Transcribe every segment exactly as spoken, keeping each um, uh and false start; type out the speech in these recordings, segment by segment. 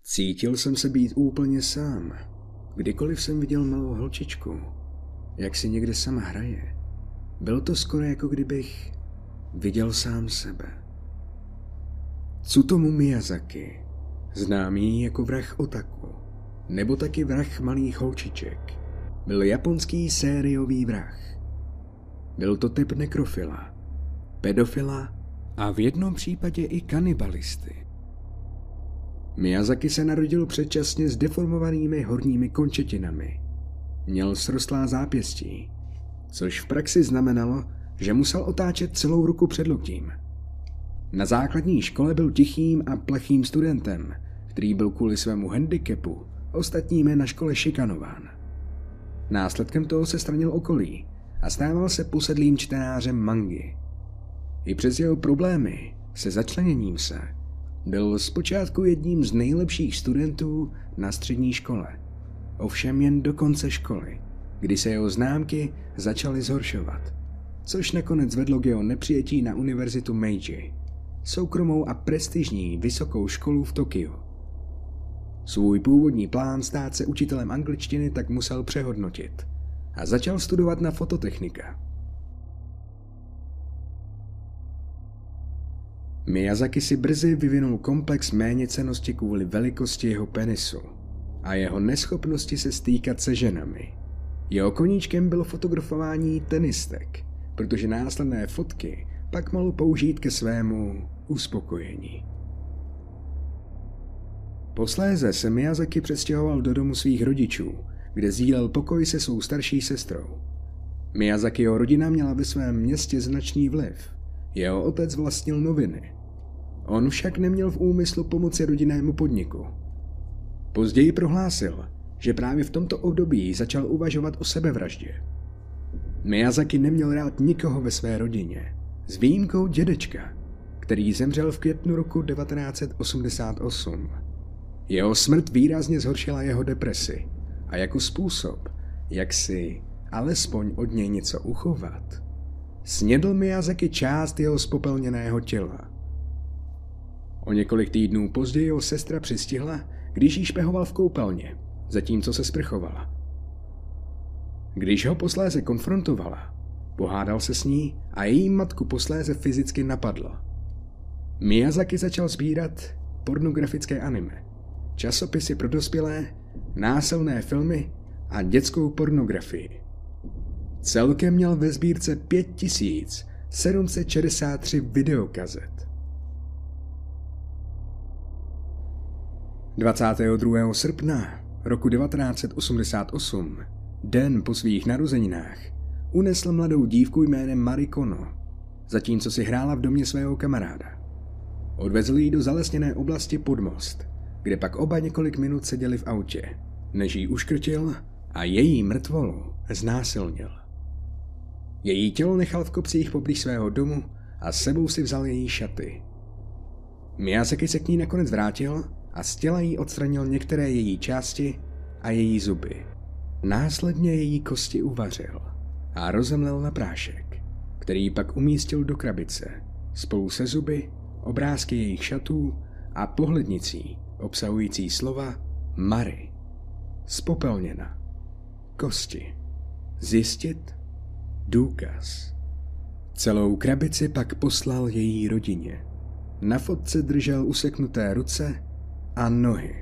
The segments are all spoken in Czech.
Cítil jsem se být úplně sám. Kdykoliv jsem viděl malou holčičku, jak si někde sama hraje, bylo to skoro jako kdybych viděl sám sebe. Tsutomu Miyazaki, známý jako vrah otaku, nebo taky vrah malých holčiček, byl japonský sériový vrah. Byl to typ nekrofila, pedofila a v jednom případě i kanibalisty. Miyazaki se narodil předčasně s deformovanými horními končetinami. Měl srostlá zápěstí, což v praxi znamenalo, že musel otáčet celou ruku před loktím. Na základní škole byl tichým a plechým studentem, který byl kvůli svému handicapu ostatními na škole šikanován. Následkem toho se stranil okolí a stával se posedlým čtenářem mangy. I přes jeho problémy se začleněním se byl zpočátku jedním z nejlepších studentů na střední škole. Ovšem jen do konce školy, kdy se jeho známky začaly zhoršovat, což nakonec vedlo k jeho nepřijetí na univerzitu Meiji, soukromou a prestižní vysokou školu v Tokiu. Svůj původní plán stát se učitelem angličtiny tak musel přehodnotit a začal studovat na fototechnika. Miyazaki si brzy vyvinul komplex méněcennosti kvůli velikosti jeho penisu a jeho neschopnosti se stýkat se ženami. Jeho koníčkem bylo fotografování tenistek, protože následné fotky pak mohl použít ke svému uspokojení. Posléze se Miyazaki přestěhoval do domu svých rodičů, kde sdílel pokoj se svou starší sestrou. Miyazakiho rodina měla ve svém městě značný vliv. Jeho otec vlastnil noviny. On však neměl v úmyslu pomoci rodinnému podniku. Později prohlásil, že právě v tomto období začal uvažovat o sebevraždě. Miyazaki neměl rád nikoho ve své rodině, s výjimkou dědečka, který zemřel v květnu roku devatenáct set osmdesát osm. Jeho smrt výrazně zhoršila jeho depresi a jako způsob, jak si alespoň od něj něco uchovat, snědl Miyazaki část jeho spopelněného těla. O několik týdnů později ho sestra přistihla, když jí špehoval v koupelně, zatímco se sprchovala. Když ho posléze konfrontovala, pohádal se s ní a její matku posléze fyzicky napadl. Miyazaki začal sbírat pornografické anime, časopisy pro dospělé, násilné filmy a dětskou pornografii. Celkem měl ve sbírce pět tisíc sedm set šedesát tři videokazet. dvacátého druhého srpna roku devatenáct set osmdesát osm, den po svých narozeninách, unesl mladou dívku jménem Marikono, zatímco si hrála v domě svého kamaráda. Odvezl ji do zalesněné oblasti pod most, kde pak oba několik minut seděli v autě, než ji uškrtil a její mrtvolu znásilnil. Její tělo nechal v kopcích poblíž svého domu a s sebou si vzal její šaty. Miyazaki se k ní nakonec vrátil a z těla jí odstranil některé její části a její zuby. Následně její kosti uvařil a rozemlel na prášek, který pak umístil do krabice spolu se zuby, obrázky jejich šatů a pohlednicí obsahující slova Mary, spopelněna, kosti, zjistit, důkaz. Celou krabici pak poslal její rodině. Na fotce držel useknuté ruce a nohy.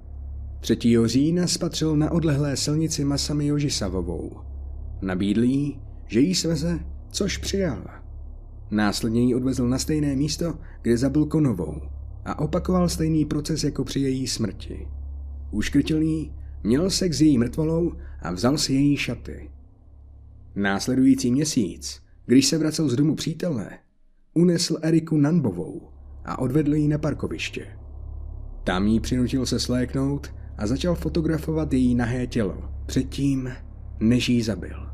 třetího října spatřil na odlehlé silnici Masami Yožisavovou. Nabídl jí, že jí sveze, což přijala. Následně ji odvezl na stejné místo, kde zabil Konovou a opakoval stejný proces jako při její smrti. Uškrtil jí, měl sex s její mrtvolou a vzal si její šaty. Následující měsíc, když se vracel z domu přítele, unesl Eriku Nanbovou a odvedl ji na parkoviště. Tam jí přinutil se sléknout a začal fotografovat její nahé tělo, předtím, než jí zabil.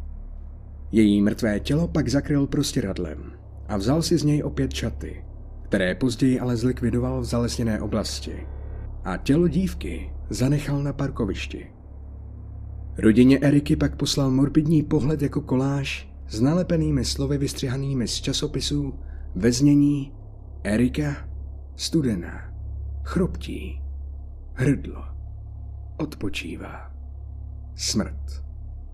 Její mrtvé tělo pak zakryl prostěradlem a vzal si z něj opět šaty, které později ale zlikvidoval v zalesněné oblasti, a tělo dívky zanechal na parkovišti. Rodině Eriky pak poslal morbidní pohled jako koláž s nalepenými slovy vystřihanými z časopisů ve znění Erika studená, chroptí, hrdlo. Odpočívá. Smrt.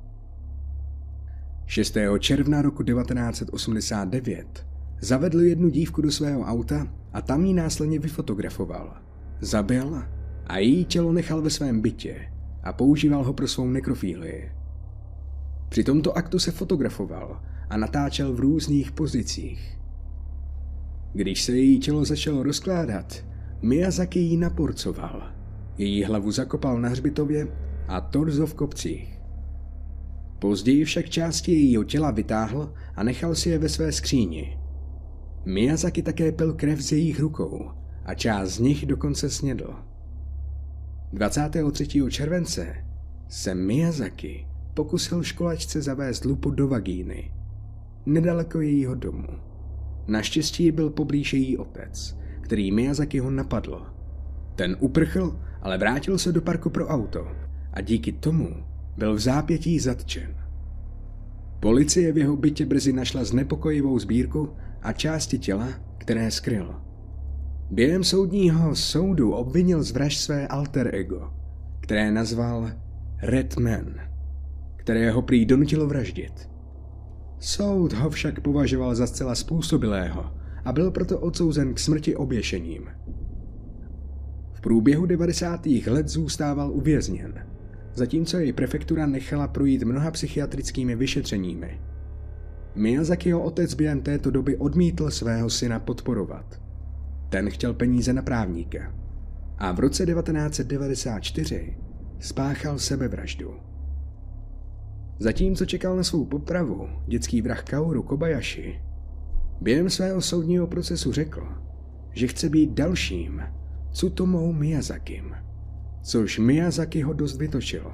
šestého června roku devatenáct set osmdesát devět zavedl jednu dívku do svého auta a tam ji následně vyfotografoval. Zabil a její tělo nechal ve svém bytě a používal ho pro svou nekrofílii. Při tomto aktu se fotografoval a natáčel v různých pozicích. Když se její tělo začalo rozkládat, Miyazaki ji naporcoval. Její hlavu zakopal na hřbitově a torzo v kopcích. Později však části jejího těla vytáhl a nechal si je ve své skříni. Miyazaki také pil krev z jejich rukou a část z nich dokonce snědl. dvacátého třetího července se Miyazaki pokusil školačce zavést lupu do vagíny, nedaleko jejího domu. Naštěstí byl poblíž její otec, který Miyazakiho napadl. Ten uprchl, ale vrátil se do parku pro auto a díky tomu byl v zápětí zatčen. Policie v jeho bytě brzy našla znepokojivou sbírku a části těla, které skryl. Během soudního soudu obvinil z vražd své alter ego, které nazval Red Man, které ho prý donutilo vraždit. Soud ho však považoval za zcela způsobilého a byl proto odsouzen k smrti oběšením. V průběhu devadesátých let zůstával uvězněn, zatímco jej prefektura nechala projít mnoha psychiatrickými vyšetřeními. Miyazakiho otec během této doby odmítl svého syna podporovat. Ten chtěl peníze na právníka a v roce devatenáct set devadesát čtyři spáchal sebevraždu. Zatímco čekal na svou popravu, dětský vrah Kaoru Kobayashi během svého soudního procesu řekl, že chce být dalším Tsutomou Miyazakim, což Miyazaki ho dost vytočilo.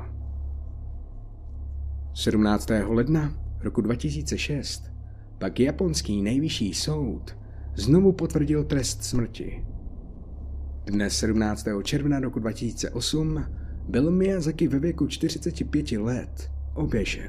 sedmnáctého ledna roku dva tisíce šest pak japonský nejvyšší soud znovu potvrdil trest smrti. Dnes sedmnáctého června roku dva tisíce osm byl Miyazaki ve věku čtyřiceti pěti let oběšen.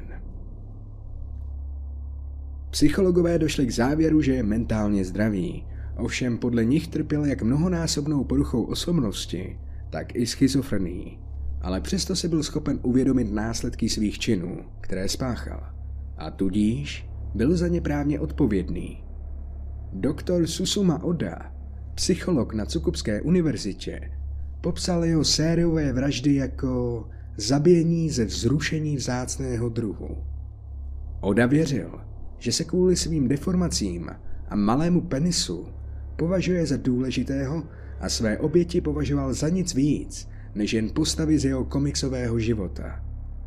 Psychologové došli k závěru, že je mentálně zdravý, ovšem podle nich trpěl jak mnohonásobnou poruchou osobnosti, tak i schizofrenií, ale přesto si byl schopen uvědomit následky svých činů, které spáchal, a tudíž byl za ně právně odpovědný. Doktor Susuma Oda, psycholog na Tsukubské univerzitě, popsal jeho sériové vraždy jako zabíjení ze vzrušení vzácného druhu. Oda věřil, že se kvůli svým deformacím a malému penisu považuje za důležitého a své oběti považoval za nic víc, než jen postavy z jeho komiksového života.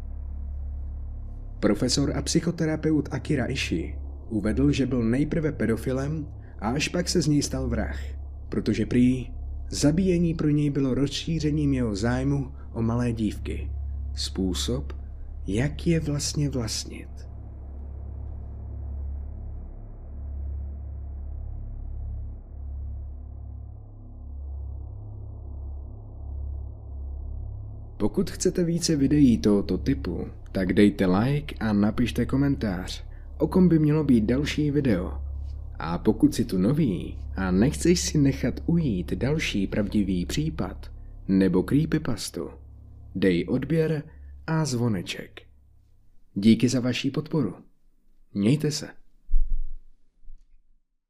Profesor a psychoterapeut Akira Ishii uvedl, že byl nejprve pedofilem a až pak se z něj stal vrah, protože prý zabíjení pro něj bylo rozšířením jeho zájmu o malé dívky. Způsob, jak je vlastně vlastnit. Pokud chcete více videí tohoto typu, tak dejte like a napište komentář, o kom by mělo být další video. A pokud jsi tu nový a nechceš si nechat ujít další pravdivý případ nebo creepypastu, dej odběr a zvoneček. Díky za vaši podporu. Mějte se.